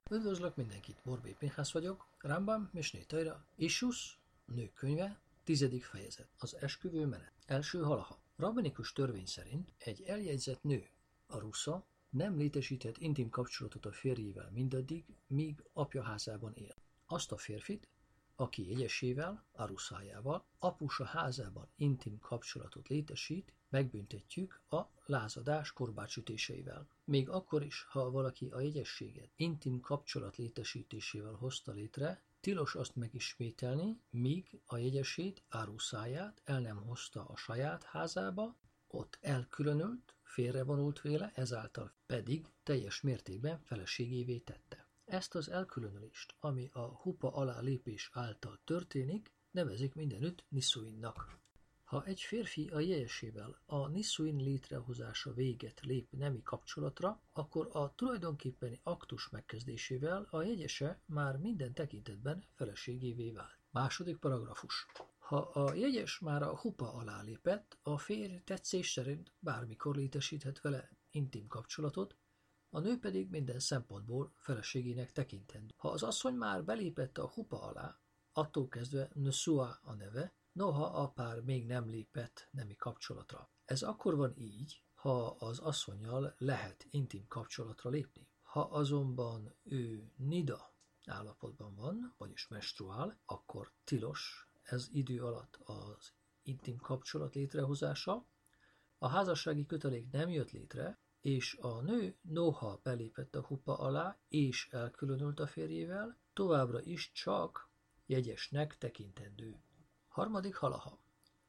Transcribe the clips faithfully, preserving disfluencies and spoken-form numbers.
Üdvözlök mindenkit, Borbély Pinhász vagyok, Rambam, Misné Tajra, Isus, Nők könyve, tizedik fejezet, az esküvő menet. Első halaha. Rabbinikus törvény szerint egy eljegyzett nő, a rusza, nem létesíthet intim kapcsolatot a férjével mindaddig, míg apja házában él. Azt a férfit, aki jegyesével, aruszájával, apusa házában intim kapcsolatot létesít, megbüntetjük a lázadás korbácsütéseivel. Még akkor is, ha valaki a jegyességet intim kapcsolat létesítésével hozta létre, tilos azt megismételni, míg a jegyesét, áruszáját el nem hozta a saját házába, ott elkülönült, félrevonult véle, ezáltal pedig teljes mértékben feleségévé tette. Ezt az elkülönülést, ami a hupa alá lépés által történik, nevezik mindenütt niszuinnak. Ha egy férfi a jegyesével a niszuin létrehozása véget lép nemi kapcsolatra, akkor a tulajdonképpeni aktus megkezdésével a jegyese már minden tekintetben feleségévé vált. Második paragrafus. Ha a jegyes már a hupa alá lépett, a férj tetszés szerint bármikor létesíthet vele intim kapcsolatot, a nő pedig minden szempontból feleségének tekintendő. Ha az asszony már belépett a hupa alá, attól kezdve nöszua a neve, noha a pár még nem lépett nemi kapcsolatra. Ez akkor van így, ha az asszonnyal lehet intim kapcsolatra lépni. Ha azonban ő nida állapotban van, vagyis menstruál, akkor tilos ez idő alatt az intim kapcsolat létrehozása, a házassági kötelék nem jött létre, és a nő noha belépett a hupa alá és elkülönült a férjével, továbbra is csak jegyesnek tekintendő. Harmadik halaha.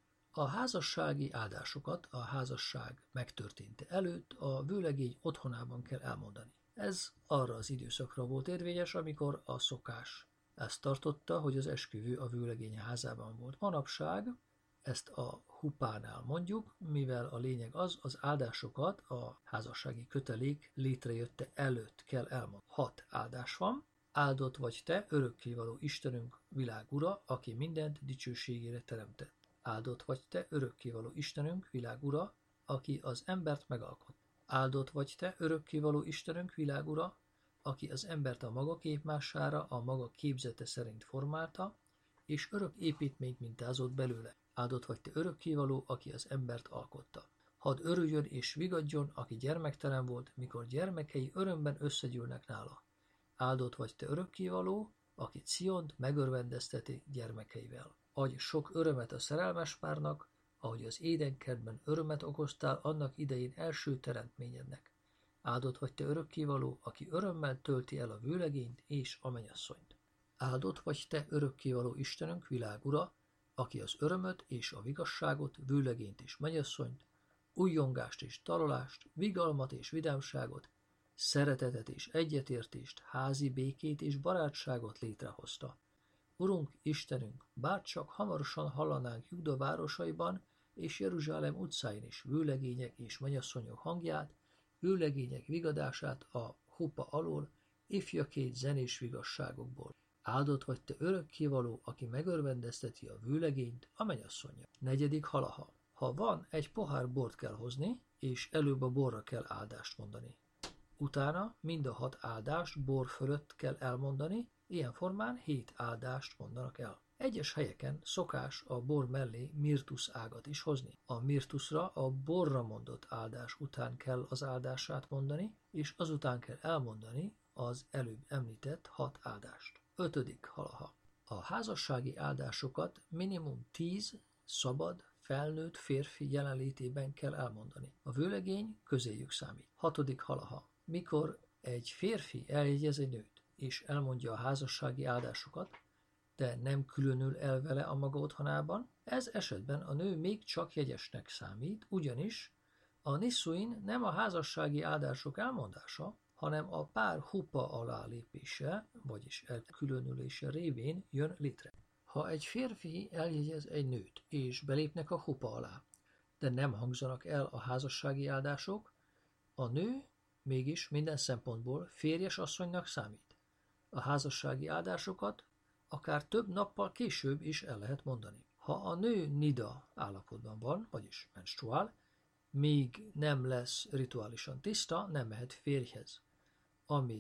A házassági áldásokat a házasság megtörténte előtt a vőlegény otthonában kell elmondani. Ez arra az időszakra volt érvényes, amikor a szokás ezt tartotta, hogy az esküvő a vőlegény házában volt. Manapság ezt a hupánál mondjuk, mivel a lényeg az, az áldásokat a házassági kötelék létrejötte előtt kell elmondani. Hat áldás van. Áldott vagy te, örökkévaló Istenünk, világ ura, aki mindent dicsőségére teremtett. Áldott vagy te, örökkévaló Istenünk, világ ura, aki az embert megalkott. Áldott vagy te, örökkévaló Istenünk, világ ura, aki az embert a maga képmására, a maga képzete szerint formálta, és örök építményt mintázott belőle. Áldott vagy te, örökkévaló, aki az embert alkotta. Hadd örüljön és vigadjon, aki gyermektelen volt, mikor gyermekei örömben összegyűlnek nála. Áldott vagy te, örökkévaló, aki Ciont megörvendezteti gyermekeivel. Adj sok örömet a szerelmes párnak, ahogy az édenkertben örömet okoztál annak idején első teremtményednek. Áldott vagy te, örökkévaló, aki örömmel tölti el a vőlegényt és a mennyasszonyt. Áldott vagy te, örökkévaló Istenünk, világ ura, aki az örömöt és a vigasságot, vőlegényt és mennyasszonyt, újjongást és talolást, vigalmat és vidámságot, szeretetet és egyetértést, házi békét és barátságot létrehozta. Urunk, Istenünk, bárcsak hamarosan hallanánk Júda városaiban és Jeruzsálem utcáin is vőlegények és mennyasszonyok hangját, vőlegények vigadását a hupa alól, ifjakét zenés vigasságokból. Áldott vagy te, örökkévaló, aki megörvendezteti a vőlegényt, a mennyasszonya. Negyedik halaha. Ha van, egy pohár bort kell hozni, és előbb a borra kell áldást mondani. Utána mind a hat áldást bor fölött kell elmondani, ilyen formán hét áldást mondanak el. Egyes helyeken szokás a bor mellé mirtusz ágat is hozni. A mirtuszra a borra mondott áldás után kell az áldását mondani, és azután kell elmondani az előbb említett hat áldást. Ötödik halaha. A házassági áldásokat minimum tíz szabad, felnőtt férfi jelenlétében kell elmondani. A vőlegény közéjük számít. Hatodik halaha. Mikor egy férfi eljegyez egy nőt, és elmondja a házassági áldásokat, de nem különül el vele a maga otthonában, ez esetben a nő még csak jegyesnek számít, ugyanis a niszuin nem a házassági áldások elmondása, hanem a pár hupa alá lépése, vagyis elkülönülése révén jön létre. Ha egy férfi eljegyez egy nőt, és belépnek a hupa alá, de nem hangzanak el a házassági áldások, a nő mégis minden szempontból férjes asszonynak számít. A házassági áldásokat akár több nappal később is el lehet mondani. Ha a nő nida állapotban van, vagyis menstruál, míg nem lesz rituálisan tiszta, nem mehet férjhez. Amíg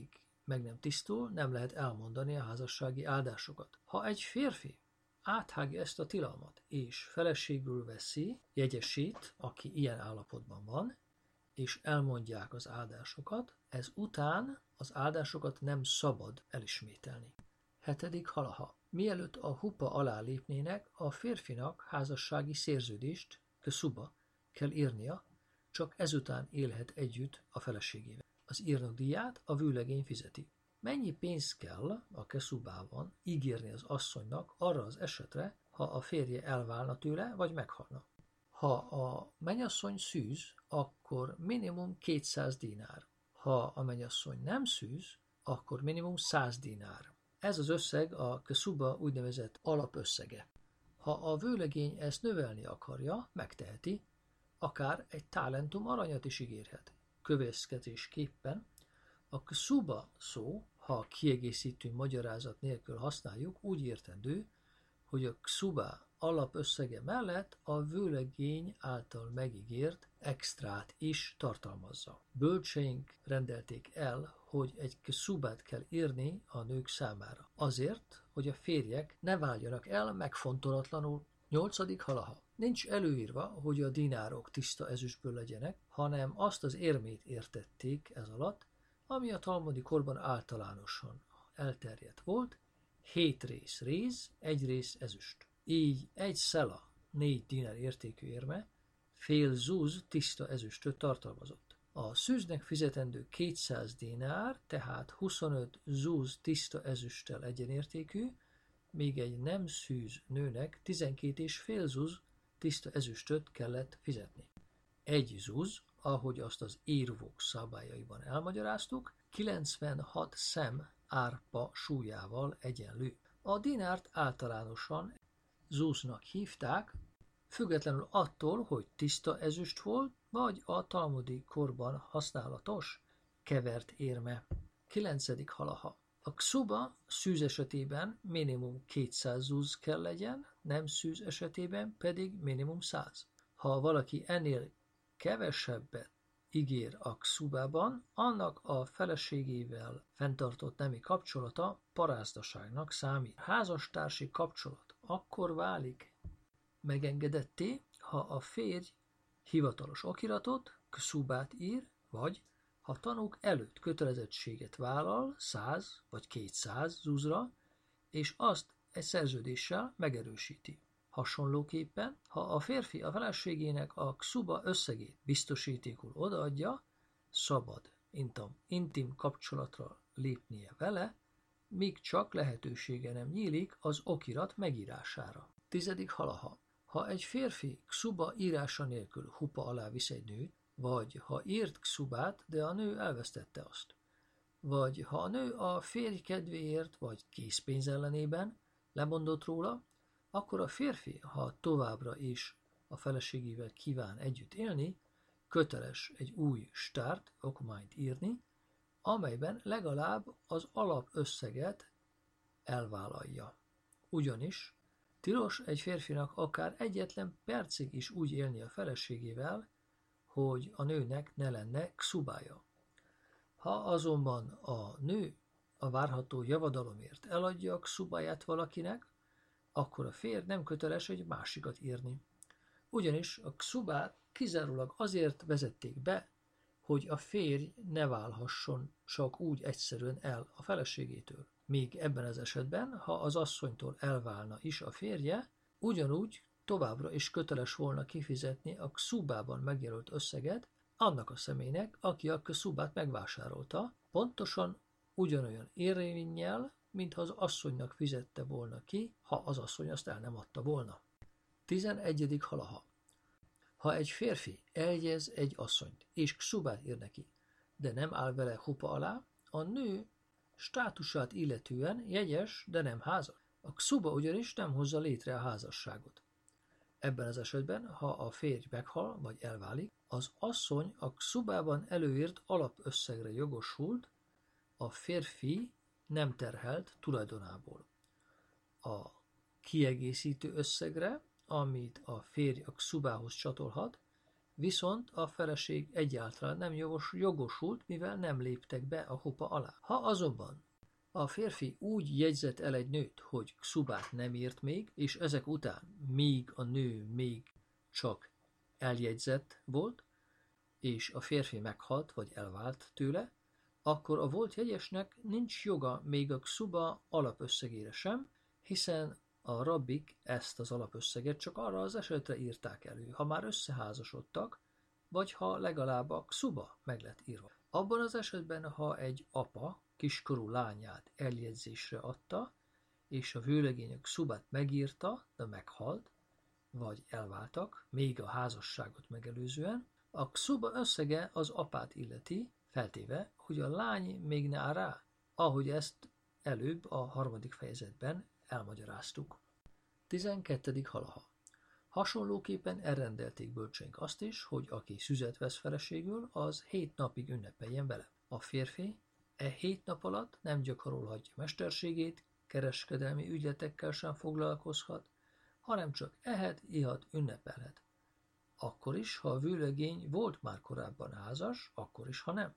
meg nem tisztul, nem lehet elmondani a házassági áldásokat. Ha egy férfi áthágja ezt a tilalmat, és feleségül veszi, jegyesít, aki ilyen állapotban van, és elmondják az áldásokat, ez után az áldásokat nem szabad elismételni. Hetedik halaha. Mielőtt a hupa alá lépnének, a férfinak házassági szerződést, keszuba, kell írnia, csak ezután élhet együtt a feleségével. Az írnokdíját a vőlegény fizeti. Mennyi pénz kell a keszubában ígérni az asszonynak arra az esetre, ha a férje elválna tőle, vagy meghalna? Ha a mennyasszony szűz, akkor minimum kétszáz dinár. Ha a mennyasszony nem szűz, akkor minimum száz dinár. Ez az összeg a keszuba úgynevezett alapösszege. Ha a vőlegény ezt növelni akarja, megteheti, akár egy talentum aranyat is ígérhet. Következésképpen a keszuba szó, ha kiegészítő magyarázat nélkül használjuk, úgy értendő, hogy a keszuba alapösszege mellett a vőlegény által megígért extrát is tartalmazza. Bölcseink rendelték el, hogy egy keszubát kell írni a nők számára. Azért, hogy a férjek ne váljanak el megfontolatlanul. Nyolcadik halaha. Nincs előírva, hogy a dinárok tiszta ezüstből legyenek, hanem azt az érmét értették ez alatt, ami a talmudi korban általánosan elterjedt volt, hét rész réz, egy rész ezüst. Így egy szela, négy dinár értékű érme, fél zúz tiszta ezüstöt tartalmazott. A szűznek fizetendő kétszáz dinár, tehát huszonöt zúz tiszta ezüsttel egyenértékű, míg egy nem szűz nőnek tizenkét és fél zúz tiszta ezüstöt kellett fizetni. Egy zúz, ahogy azt az írvók szabályaiban elmagyaráztuk, kilencvenhat szem árpa súlyával egyenlő. A dinárt általánosan zúznak hívták, függetlenül attól, hogy tiszta ezüst volt, vagy a talmudi korban használatos kevert érme. Kilencedik halaha. A keszuba szűz esetében minimum kétszáz zúz kell legyen, nem szűz esetében pedig minimum száz. Ha valaki ennél kevesebbet ígér a keszubában, annak a feleségével fenntartott nemi kapcsolata parázdaságnak számít. Házastársi kapcsolat akkor válik megengedetté, ha a férj hivatalos okiratot, keszubát ír, vagy ha tanúk előtt kötelezettséget vállal száz vagy kétszáz zúzra, és azt egy szerződéssel megerősíti. Hasonlóképpen, ha a férfi a feleségének a keszuba összegét biztosítékul odaadja, szabad intim, intim kapcsolatra lépnie vele, míg csak lehetősége nem nyílik az okirat megírására. Tizedik halaha. Ha egy férfi keszuba írása nélkül hupa alá visz egy nőt, vagy ha írt keszubát, de a nő elvesztette azt, vagy ha a nő a férj kedvéért vagy készpénz ellenében lemondott róla, akkor a férfi, ha továbbra is a feleségével kíván együtt élni, köteles egy új start okmányt írni, amelyben legalább az alapösszeget elvállalja. Ugyanis tilos egy férfinak akár egyetlen percig is úgy élni a feleségével, hogy a nőnek ne lennekszubája. Ha azonban a nő a várható javadalomért eladja akszubáját valakinek, akkor a férj nem köteles egy másikat írni. Ugyanis akszubát kizárólag azért vezették be, hogy a férj ne válhasson csak úgy egyszerűen el a feleségétől. Míg ebben az esetben, ha az asszonytól elválna is a férje, ugyanúgy továbbra is köteles volna kifizetni akszubában megjelölt összeget annak a személynek, aki akszubát megvásárolta, pontosan ugyanolyan érvénnyel, mintha az asszonynak fizette volna ki, ha az asszony azt el nem adta volna. tizenegyedik halaha. Ha egy férfi eljez egy asszonyt, éskszubát ír neki, de nem áll vele hupa alá, a nő státusát illetően jegyes, de nem házas. A keszuba ugyanis nem hozza létre a házasságot. Ebben az esetben, ha a férj meghal vagy elválik, az asszony akszubában előírt alapösszegre jogosult, a férfi nem terhelt tulajdonából. A kiegészítő összegre, amit a férj akszubához csatolhat, viszont a feleség egyáltalán nem jogos, jogosult, mivel nem léptek be a hupa alá. Ha azonban a férfi úgy jegyzett el egy nőt, hogy xubát nem írt még, és ezek után még a nő még csak eljegyzett volt, és a férfi meghalt vagy elvált tőle, akkor a volt jegyesnek nincs joga még a xuba alapösszegére sem, hiszen a rabbik ezt az alapösszeget csak arra az esetre írták elő, ha már összeházasodtak, vagy ha legalább a xuba meg lett írva. Abban az esetben, ha egy apa kiskorú lányát eljegyzésre adta, és a vőlegény a xubát megírta, de meghalt, vagy elváltak, még a házasságot megelőzően, a xuba összege az apát illeti, feltéve, hogy a lány még ne áll rá, ahogy ezt előbb a harmadik fejezetben elmagyaráztuk. tizenkettedik halaha. Hasonlóképpen elrendelték bölcseink azt is, hogy aki szüzet vesz feleségül, az hét napig ünnepeljen vele. A férfi e hét nap alatt nem gyakorolhatja mesterségét, kereskedelmi ügyletekkel sem foglalkozhat, hanem csak ehet, ihat, ünnepelhet. Akkor is, ha a vőlegény volt már korábban házas, akkor is, ha nem.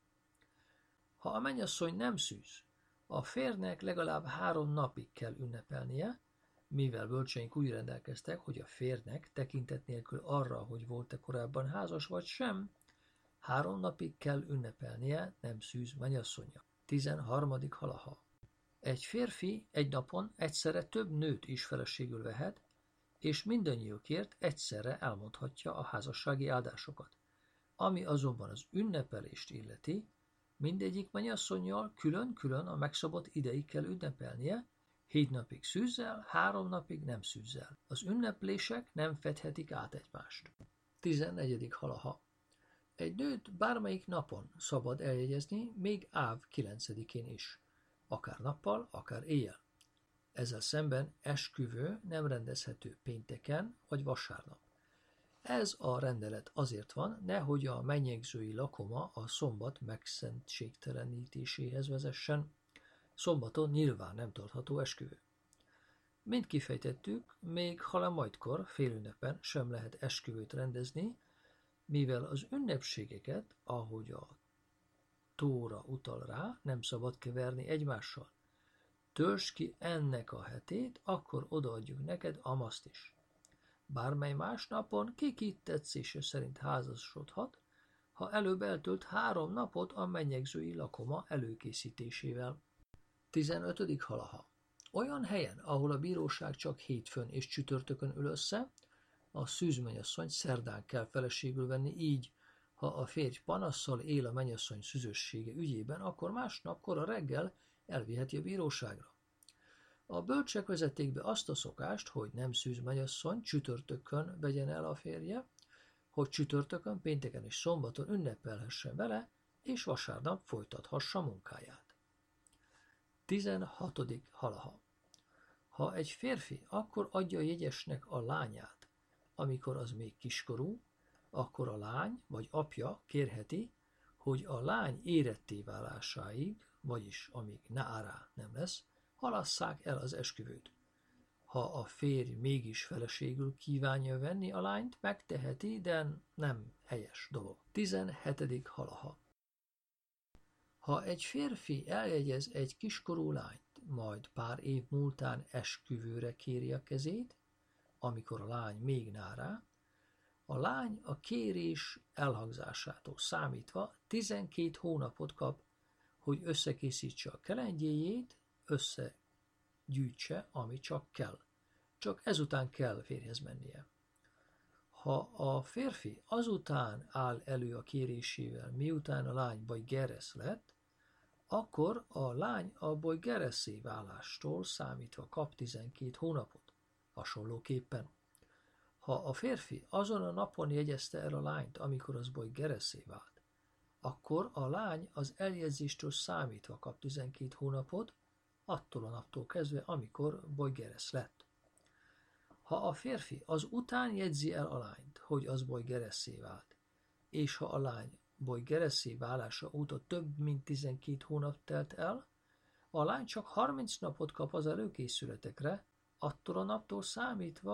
Ha a mennyasszony nem szűz, a férnek legalább három napig kell ünnepelnie, mivel bölcseink úgy rendelkeztek, hogy a férnek tekintet nélkül arra, hogy volt-e korábban házas vagy sem, három napig kell ünnepelnie nem szűz mennyasszonya. tizenharmadik halaha. Egy férfi egy napon egyszerre több nőt is feleségül vehet, és mindannyiukért egyszerre elmondhatja a házassági áldásokat. Ami azonban az ünnepelést illeti, mindegyik mennyasszonnyal külön-külön a megszabott ideig kell ünnepelnie, hét napig szűzzel, három napig nem szűzzel. Az ünneplések nem fedhetik át egymást. tizennegyedik halaha. Egy nőt bármelyik napon szabad eljegyezni, még áv kilencedikén is, akár nappal, akár éjjel. Ezzel szemben esküvő nem rendezhető pénteken vagy vasárnap. Ez a rendelet azért van, nehogy a menyegzői lakoma a szombat megszentségtelenítéséhez vezessen, szombaton nyilván nem tartható esküvő. Mint kifejtettük, még halamajtkor félünnepen sem lehet esküvőt rendezni, mivel az ünnepségeket, ahogy a Tóra utal rá, nem szabad keverni egymással. Törzs ki ennek a hetét, akkor odaadjuk neked amaszt is. Bármely más napon ki tetszése szerint házasodhat, ha előbb eltölt három napot a mennyegzői lakoma előkészítésével. tizenötödik halaha. Olyan helyen, ahol a bíróság csak hétfőn és csütörtökön ül össze, a szűzmennyasszony szerdán kell feleségül venni, így, ha a férj panasszal él a mennyasszony szűzössége ügyében, akkor másnap kora reggel elviheti a bíróságra. A bölcsek vezették be azt a szokást, hogy nem szűz mennyasszony csütörtökön vegyen el a férje, hogy csütörtökön, pénteken és szombaton ünnepelhessen vele, és vasárnap folytathassa munkáját. tizenhatodik halaha. Ha egy férfi akkor adja jegyesnek a lányát, amikor az még kiskorú, akkor a lány vagy apja kérheti, hogy a lány éretté válásáig, vagyis amíg Naárá nem lesz, halasszák el az esküvőt. Ha a férj mégis feleségül kívánja venni a lányt, megteheti, de nem helyes dolog. tizenhetedik halaha. Ha egy férfi eljegyez egy kiskorú lányt, majd pár év múltán esküvőre kéri a kezét, amikor a lány még Naárá, a lány a kérés elhangzásától számítva tizenkét hónapot kap, hogy összekészítse a kelendjéjét, összegyűjtse, ami csak kell. Csak ezután kell férjhez mennie. Ha a férfi azután áll elő a kérésével, miután a lány baj geresz lett, akkor a lány a baj gereszé válástól számítva kap tizenkét hónapot. Hasonlóképpen, ha a férfi azon a napon jegyezte el a lányt, amikor az baj gereszé vált, akkor a lány az eljegyzéstől számítva kap tizenkét hónapot, attól a naptól kezdve, amikor bojgeresz lett. Ha a férfi az után jegyzi el a lányt, hogy az bojgeresszé vált, és ha a lány bojgeresszé válása óta több mint tizenkét hónap telt el, a lány csak harminc napot kap az előkészületekre, attól a naptól számítva,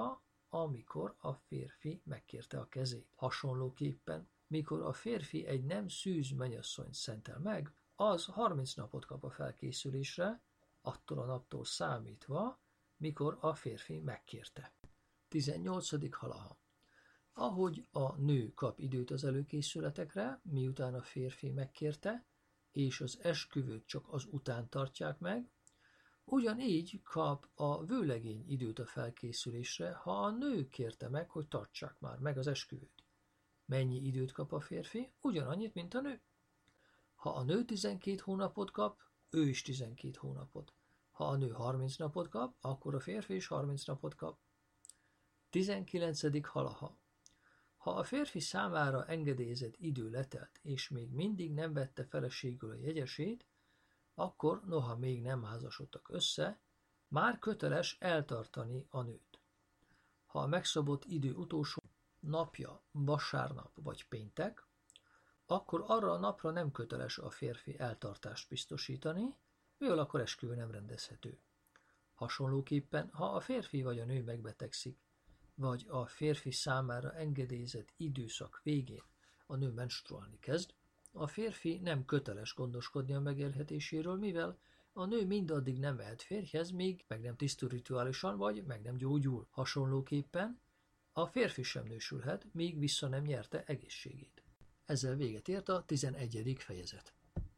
amikor a férfi megkérte a kezét. Hasonlóképpen, mikor a férfi egy nem szűz mennyasszonyt szentel meg, az harminc napot kap a felkészülésre, attól a naptól számítva, mikor a férfi megkérte. tizennyolcadik halaha. Ahogy a nő kap időt az előkészületekre, miután a férfi megkérte, és az esküvőt csak az után tartják meg, ugyanígy kap a vőlegény időt a felkészülésre, ha a nő kérte meg, hogy tartsák már meg az esküvőt. Mennyi időt kap a férfi? Ugyanannyit, mint a nő. Ha a nő tizenkét hónapot kap, ő is tizenkét hónapot. Ha a nő harminc napot kap, akkor a férfi is harminc napot kap. tizenkilencedik halaha. Ha a férfi számára engedélyezett idő letelt, és még mindig nem vette feleségül a jegyesét, akkor, noha még nem házasodtak össze, már köteles eltartani a nőt. Ha a megszabott idő utolsó napja vasárnap vagy péntek, akkor arra a napra nem köteles a férfi eltartást biztosítani, mivel akkor esküvő nem rendezhető. Hasonlóképpen, ha a férfi vagy a nő megbetegszik, vagy a férfi számára engedélyezett időszak végén a nő menstruálni kezd, a férfi nem köteles gondoskodni a megélhetéséről, mivel a nő mindaddig nem mehet férjhez, míg meg nem tisztul rituálisan, vagy meg nem gyógyul. Hasonlóképpen a férfi sem nősülhet, míg vissza nem nyerte egészségét. Ezzel véget ért a tizenegyedik fejezet.